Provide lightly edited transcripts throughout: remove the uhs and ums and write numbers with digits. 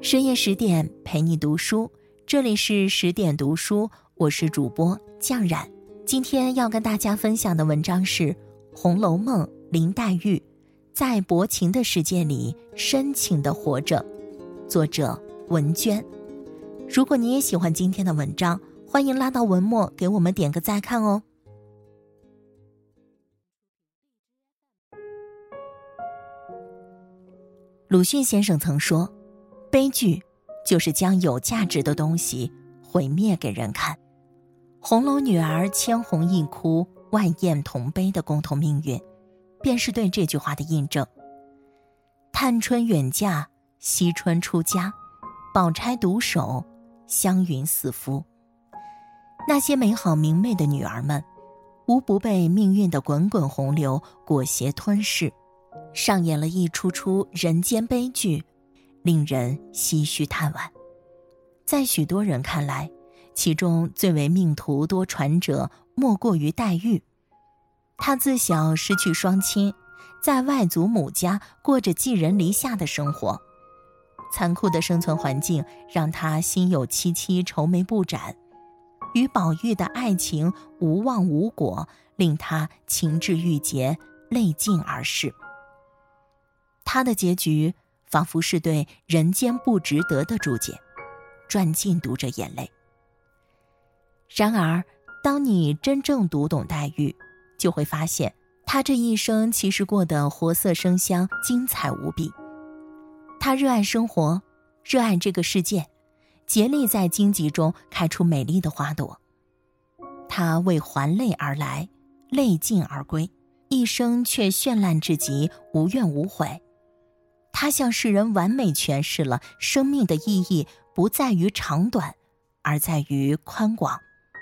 深夜10点陪你读书，这里是10点读书，我是主播酱冉。今天要跟大家分享的文章是《红楼梦》林黛玉在薄情的世界里深情地活着，作者文娟。如果你也喜欢今天的文章，欢迎拉到文末给我们点个再看哦。鲁迅先生曾说，悲剧就是将有价值的东西毁灭给人看。红楼女儿千红一哭，万艳同悲的共同命运，便是对这句话的印证。探春远嫁，惜春出家，宝钗独守，湘云四夫。那些美好明媚的女儿们，无不被命运的滚滚洪流裹挟吞噬，上演了一出出人间悲剧，令人唏嘘叹惋。在许多人看来，其中最为命途多舛者莫过于黛玉。她自小失去双亲，在外祖母家过着寄人篱下的生活，残酷的生存环境让她心有戚戚，愁眉不展，与宝玉的爱情无望无果，令她情至郁结，泪尽而逝。她的结局仿佛是对人间不值得的注解，赚尽读者眼泪。然而当你真正读懂黛玉，就会发现她这一生其实过得活色生香，精彩无比。她热爱生活，热爱这个世界，竭力在荆棘中开出美丽的花朵。她为还泪而来，泪尽而归，一生却绚烂至极，无怨无悔。她向世人完美诠释了生命的意义不在于长短，而在于宽广。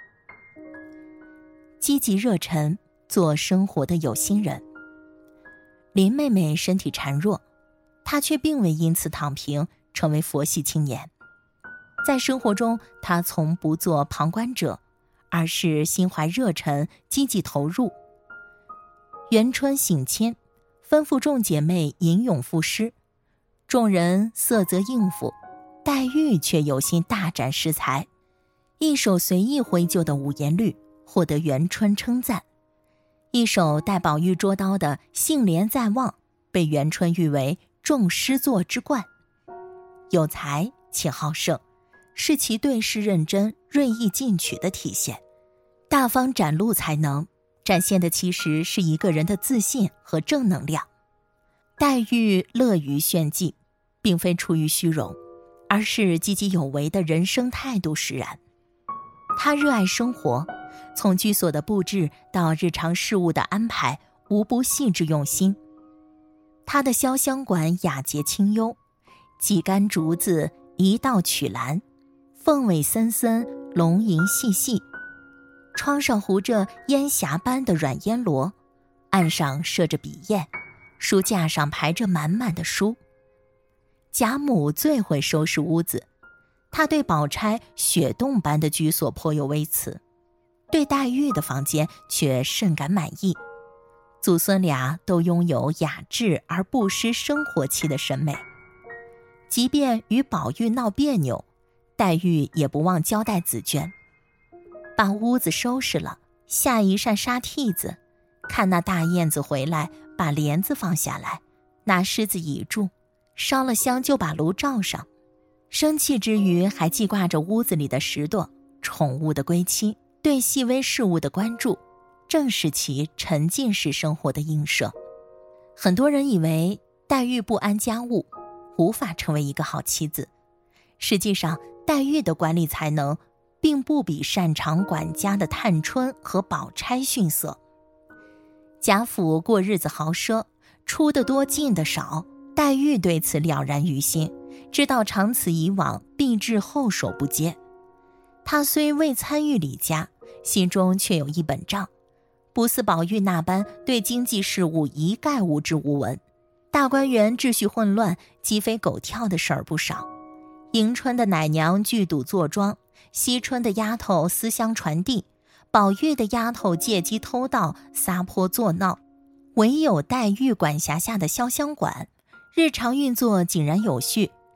积极热忱，做生活的有心人。林妹妹身体孱弱，她却并未因此躺平，成为佛系青年。在生活中，她从不做旁观者，而是心怀热忱，积极投入。元春省亲，吩咐众姐妹吟咏赋诗，众人色泽应付，黛玉却有心大展诗才，一首随意挥就的五言律获得元春称赞，一首带宝玉捉刀的杏帘在望被元春誉为众诗作之冠。有才且好胜，是其对事认真、锐意进取的体现。大方展露才能，展现的其实是一个人的自信和正能量。黛玉乐于炫技，并非出于虚荣，而是积极有为的人生态度使然。她热爱生活，从居所的布置到日常事务的安排，无不细致用心。她的潇湘馆雅洁清幽，几竿竹子，一道曲栏，凤尾森森，龙吟细细。窗上糊着烟霞般的软烟罗，案上设着笔砚，书架上排着满满的书。贾母最会收拾屋子，她对宝钗雪洞般的居所颇有微词，对黛玉的房间却甚感满意。祖孙俩都拥有雅致而不失生活气的审美。即便与宝玉闹别扭，黛玉也不忘交代紫娟，把屋子收拾了，下一扇纱屉子，看那大燕子回来，把帘子放下来，拿狮子倚住，烧了香就把炉罩上。生气之余还记挂着屋子里的石头，宠物的归期，对细微事物的关注，正是其沉浸式生活的映射。很多人以为黛玉不谙家务，无法成为一个好妻子。实际上，黛玉的管理才能并不比擅长管家的探春和宝钗逊色。贾府过日子豪奢，出得多进得少，黛玉对此了然于心，知道长此以往必致后手不接。她虽未参与李家，心中却有一本账，不似宝玉那般对经济事务一概无知无闻。大观园秩序混乱，鸡飞狗跳的事儿不少。迎春的奶娘聚赌坐庄，惜春的丫头思乡传递，宝玉的丫头借机偷盗，撒泼作闹。唯有黛玉管辖下的潇湘馆，日常运作井然有序，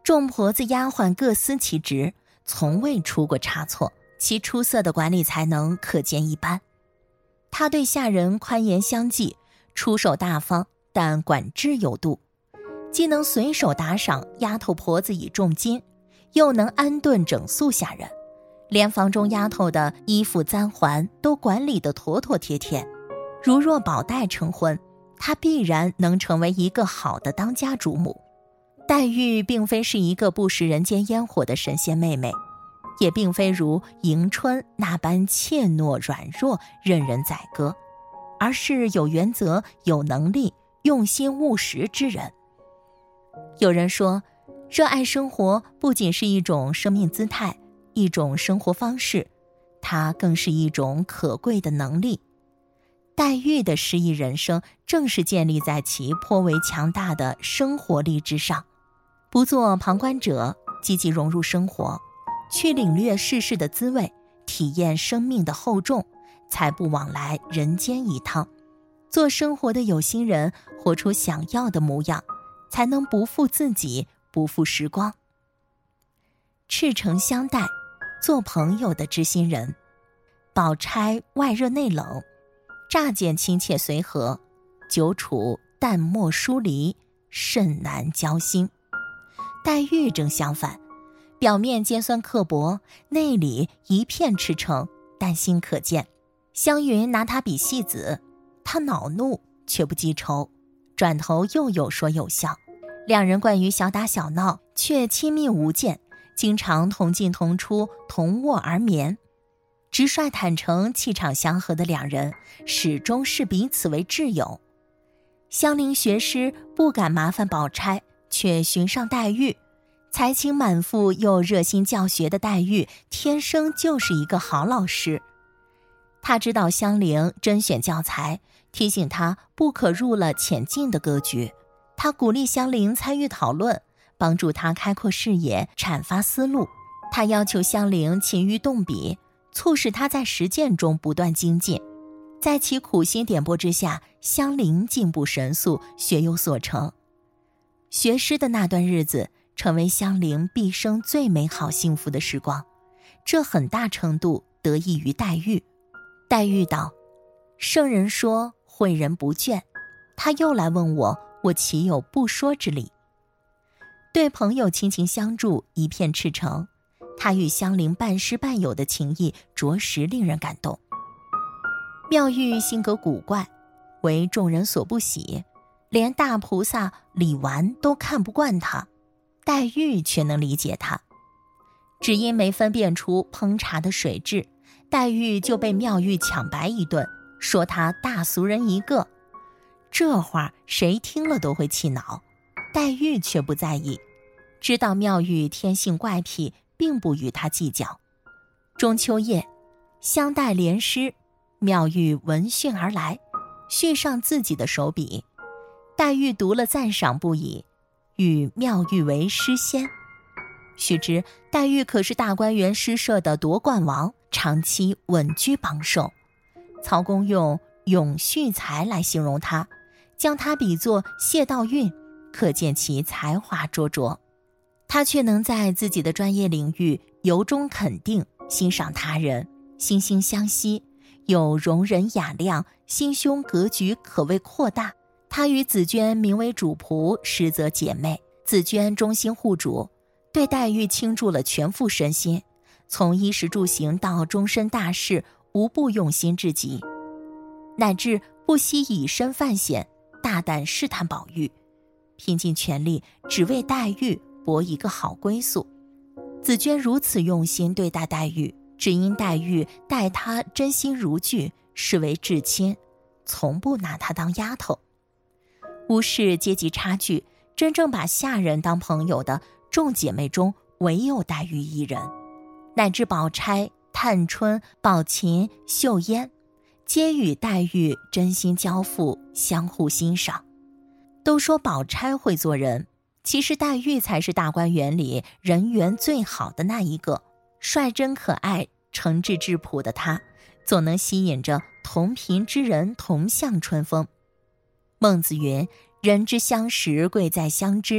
众婆子丫鬟各司其职，从未出过差错，其出色的管理才能可见一斑。他对下人宽严相济，出手大方，但管制有度，既能随手打赏丫头婆子以重金，又能安顿整肃下人，连房中丫头的衣服簪环都管理得妥妥帖帖。如若宝黛成婚，她必然能成为一个好的当家主母。黛玉并非是一个不食人间烟火的神仙妹妹，也并非如迎春那般怯懦软弱任人宰割，而是有原则、有能力、用心务实之人。有人说，热爱生活不仅是一种生命姿态，一种生活方式，它更是一种可贵的能力。黛玉的诗意人生正是建立在其颇为强大的生活力之上，不做旁观者，积极融入生活，去领略世事的滋味，体验生命的厚重，才不枉来人间一趟。做生活的有心人，活出想要的模样，才能不负自己，不负时光。赤诚相待，做朋友的知心人。宝钗外热内冷，乍见亲切随和，久处淡漠疏离，甚难交心。黛玉正相反，表面尖酸刻薄，内里一片赤诚，丹心可见。湘云拿她比戏子，她恼怒却不记仇，转头又有说有笑，两人惯于小打小闹，却亲密无间，经常同进同出，同卧而眠。直率坦诚，气场相合的两人，始终视彼此为挚友。香菱学诗不敢麻烦宝钗，却寻上黛玉。才情满腹又热心教学的黛玉，天生就是一个好老师。他指导香菱甄选教材，提醒她不可入了浅近的格局。他鼓励香菱参与讨论，帮助她开阔视野，阐发思路。他要求香菱勤于动笔，促使她在实践中不断精进。在其苦心点拨之下，香菱进步神速，学有所成。学诗的那段日子，成为香菱毕生最美好幸福的时光，这很大程度得益于黛玉。黛玉道：圣人说诲人不倦，他又来问我，我岂有不说之理？对朋友亲情相助，一片赤诚，他与香菱半师半友的情谊着实令人感动。妙玉性格古怪，为众人所不喜，连大菩萨李纨都看不惯他，黛玉却能理解他。只因没分辨出烹茶的水质，黛玉就被妙玉抢白一顿，说他大俗人一个。这话谁听了都会气恼，黛玉却不在意，知道妙玉天性怪癖，并不与他计较。中秋夜，香黛联诗，妙玉闻讯而来，续上自己的手笔。黛玉读了赞赏不已，与妙玉为诗仙。须知黛玉可是大观园诗社的夺冠王，长期稳居榜首。曹公用咏絮才来形容她，将她比作谢道韫，可见其才华卓卓。她却能在自己的专业领域由衷肯定欣赏他人，惺惺相惜，有容人雅量，心胸格局可谓扩大。她与紫娟名为主仆，实则姐妹。紫娟忠心护主，对黛玉倾注了全副身心，从衣食住行到终身大事，无不用心至极，乃至不惜以身犯险，大胆试探宝玉，拼尽全力只为黛玉博一个好归宿。紫娟如此用心对待黛玉，只因黛玉待她真心如炬，视为至亲，从不拿她当丫头。无视阶级差距，真正把下人当朋友的众姐妹中，唯有黛玉一人，乃至宝钗、探春、宝琴、秀烟，皆与黛玉真心交付，相互欣赏。都说宝钗会做人，其实黛玉才是大观园里人缘最好的那一个。率真可爱、诚挚质朴的她，总能吸引着同频之人同向春风。孟子云：人之相识，贵在相知；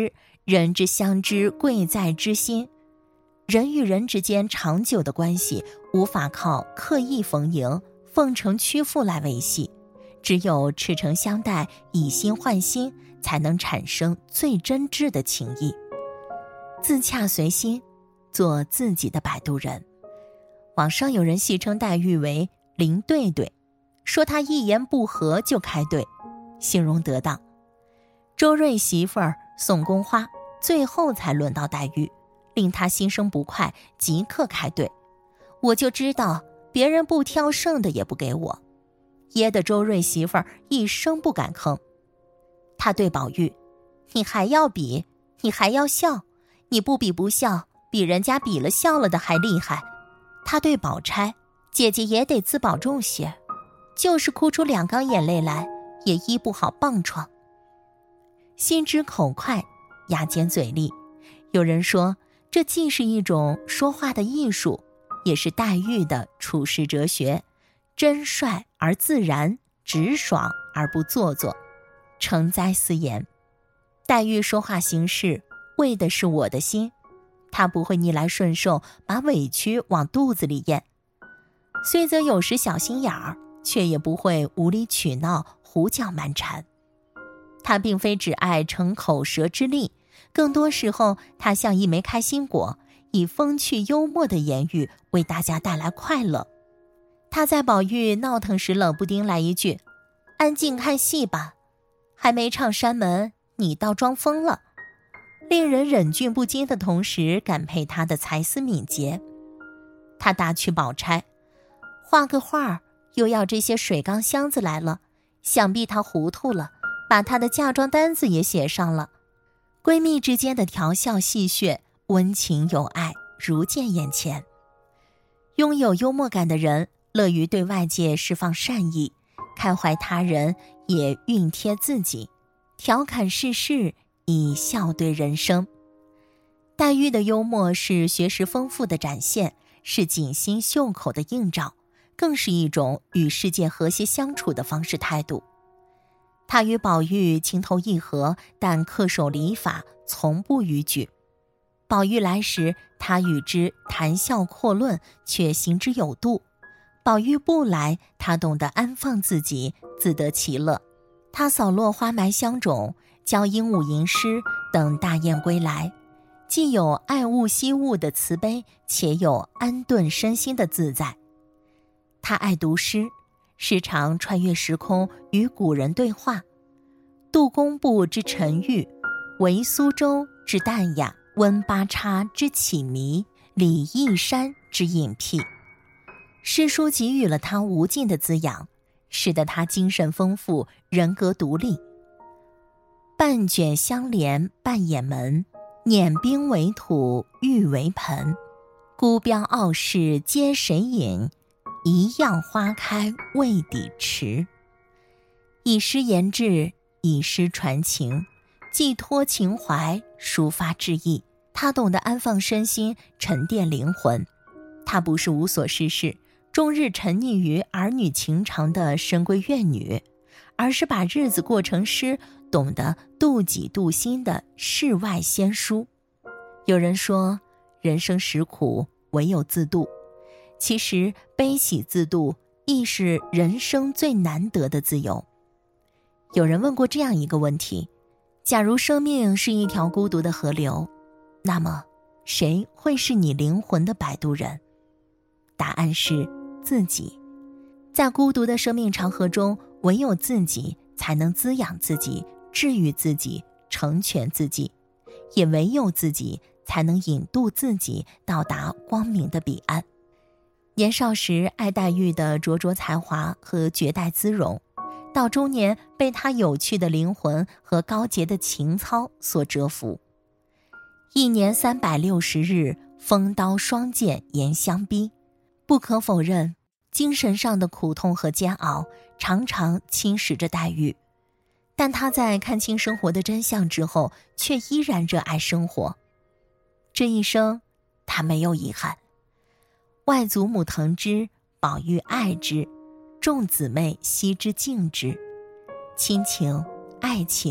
人之相知，贵在知心。人与人之间长久的关系，无法靠刻意逢迎、奉承屈服来维系，只有赤诚相待，以心换心，才能产生最真挚的情谊。自洽随心，做自己的摆渡人。网上有人戏称黛玉为林对对，说她一言不合就开对，形容得当。周瑞媳妇儿送宫花，最后才轮到黛玉，令她心生不快，即刻开对。我就知道别人不挑剩的也不给我，噎得周瑞媳妇儿一声不敢吭。她对宝玉，你还要比，你还要笑，你不比不笑，比人家比了笑了的还厉害。她对宝钗，姐姐也得自保重些，就是哭出2缸眼泪来，也医不好棒疮。心直口快，牙尖嘴利。有人说，这既是一种说话的艺术，也是黛玉的处世哲学，真率而自然，直爽而不做作，诚哉思言。黛玉说话行事，为的是我的心，她不会逆来顺受，把委屈往肚子里咽。虽则有时小心眼儿，却也不会无理取闹，胡搅蛮缠。她并非只爱逞口舌之力，更多时候她像一枚开心果，以风趣幽默的言语为大家带来快乐。她在宝玉闹腾时冷不丁来一句，安静看戏吧，还没唱山门，你倒装疯了，令人忍俊不禁的同时感佩她的才思敏捷。她打趣宝钗，画个画又要这些水缸箱子来了，想必她糊涂了，把她的嫁妆单子也写上了。闺蜜之间的调笑戏谑，温情有爱，如见眼前。拥有幽默感的人，乐于对外界释放善意，开怀他人，也熨贴自己，调侃世事，以笑对人生。黛玉的幽默是学识丰富的展现，是锦心绣口的映照，更是一种与世界和谐相处的方式态度。她与宝玉情投意合，但恪守礼法，从不逾矩。宝玉来时，她与之谈笑阔论，却行之有度；宝玉不来，她懂得安放自己，自得其乐。她扫落花埋香冢，教鹦鹉吟诗，等大雁归来，既有爱物惜物的慈悲，且有安顿身心的自在。她爱读诗，时常穿越时空与古人对话，杜工部之沉郁，韦苏州之淡雅，温八叉之启迷，李义山之隐僻。诗书给予了他无尽的滋养，使得他精神丰富，人格独立。半卷相连半掩门，碾冰为土玉为盆，孤标傲世皆谁饮，一样花开未抵迟。以诗言志，以诗传情，寄托情怀，抒发志意。他懂得安放身心，沉淀灵魂。他不是无所事事，终日沉溺于儿女情长的深闺怨女，而是把日子过成诗，懂得度己度心的世外仙书。有人说，人生实苦，唯有自度。其实悲喜自度亦是人生最难得的自由。有人问过这样一个问题，假如生命是一条孤独的河流，那么谁会是你灵魂的摆渡人？答案是自己。在孤独的生命长河中，唯有自己才能滋养自己，治愈自己，成全自己，也唯有自己才能引渡自己到达光明的彼岸。年少时爱黛玉的灼灼才华和绝代姿容，到中年被她有趣的灵魂和高洁的情操所折服。一年360日，风刀霜剑严相逼。不可否认，精神上的苦痛和煎熬常常侵蚀着黛玉，但她在看清生活的真相之后，却依然热爱生活。这一生，她没有遗憾。外祖母疼之，宝玉爱之，众姊妹惜之敬之。亲情、爱情、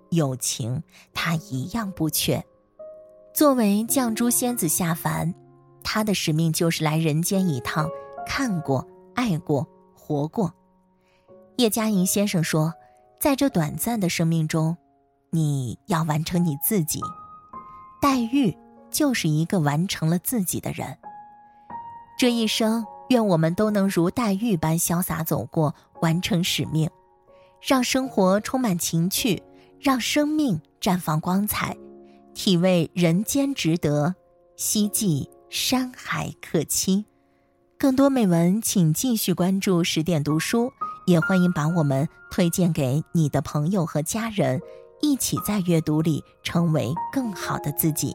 友情，他一样不缺。作为绛珠仙子下凡，他的使命就是来人间一趟，看过、爱过、活过。叶嘉莹先生说，在这短暂的生命中，你要完成你自己。黛玉就是一个完成了自己的人。这一生，愿我们都能如黛玉般潇洒走过，完成使命，让生活充满情趣，让生命绽放光彩，体味人间值得，希冀山海可期。更多美文请继续关注10点读书，也欢迎把我们推荐给你的朋友和家人，一起在阅读里成为更好的自己。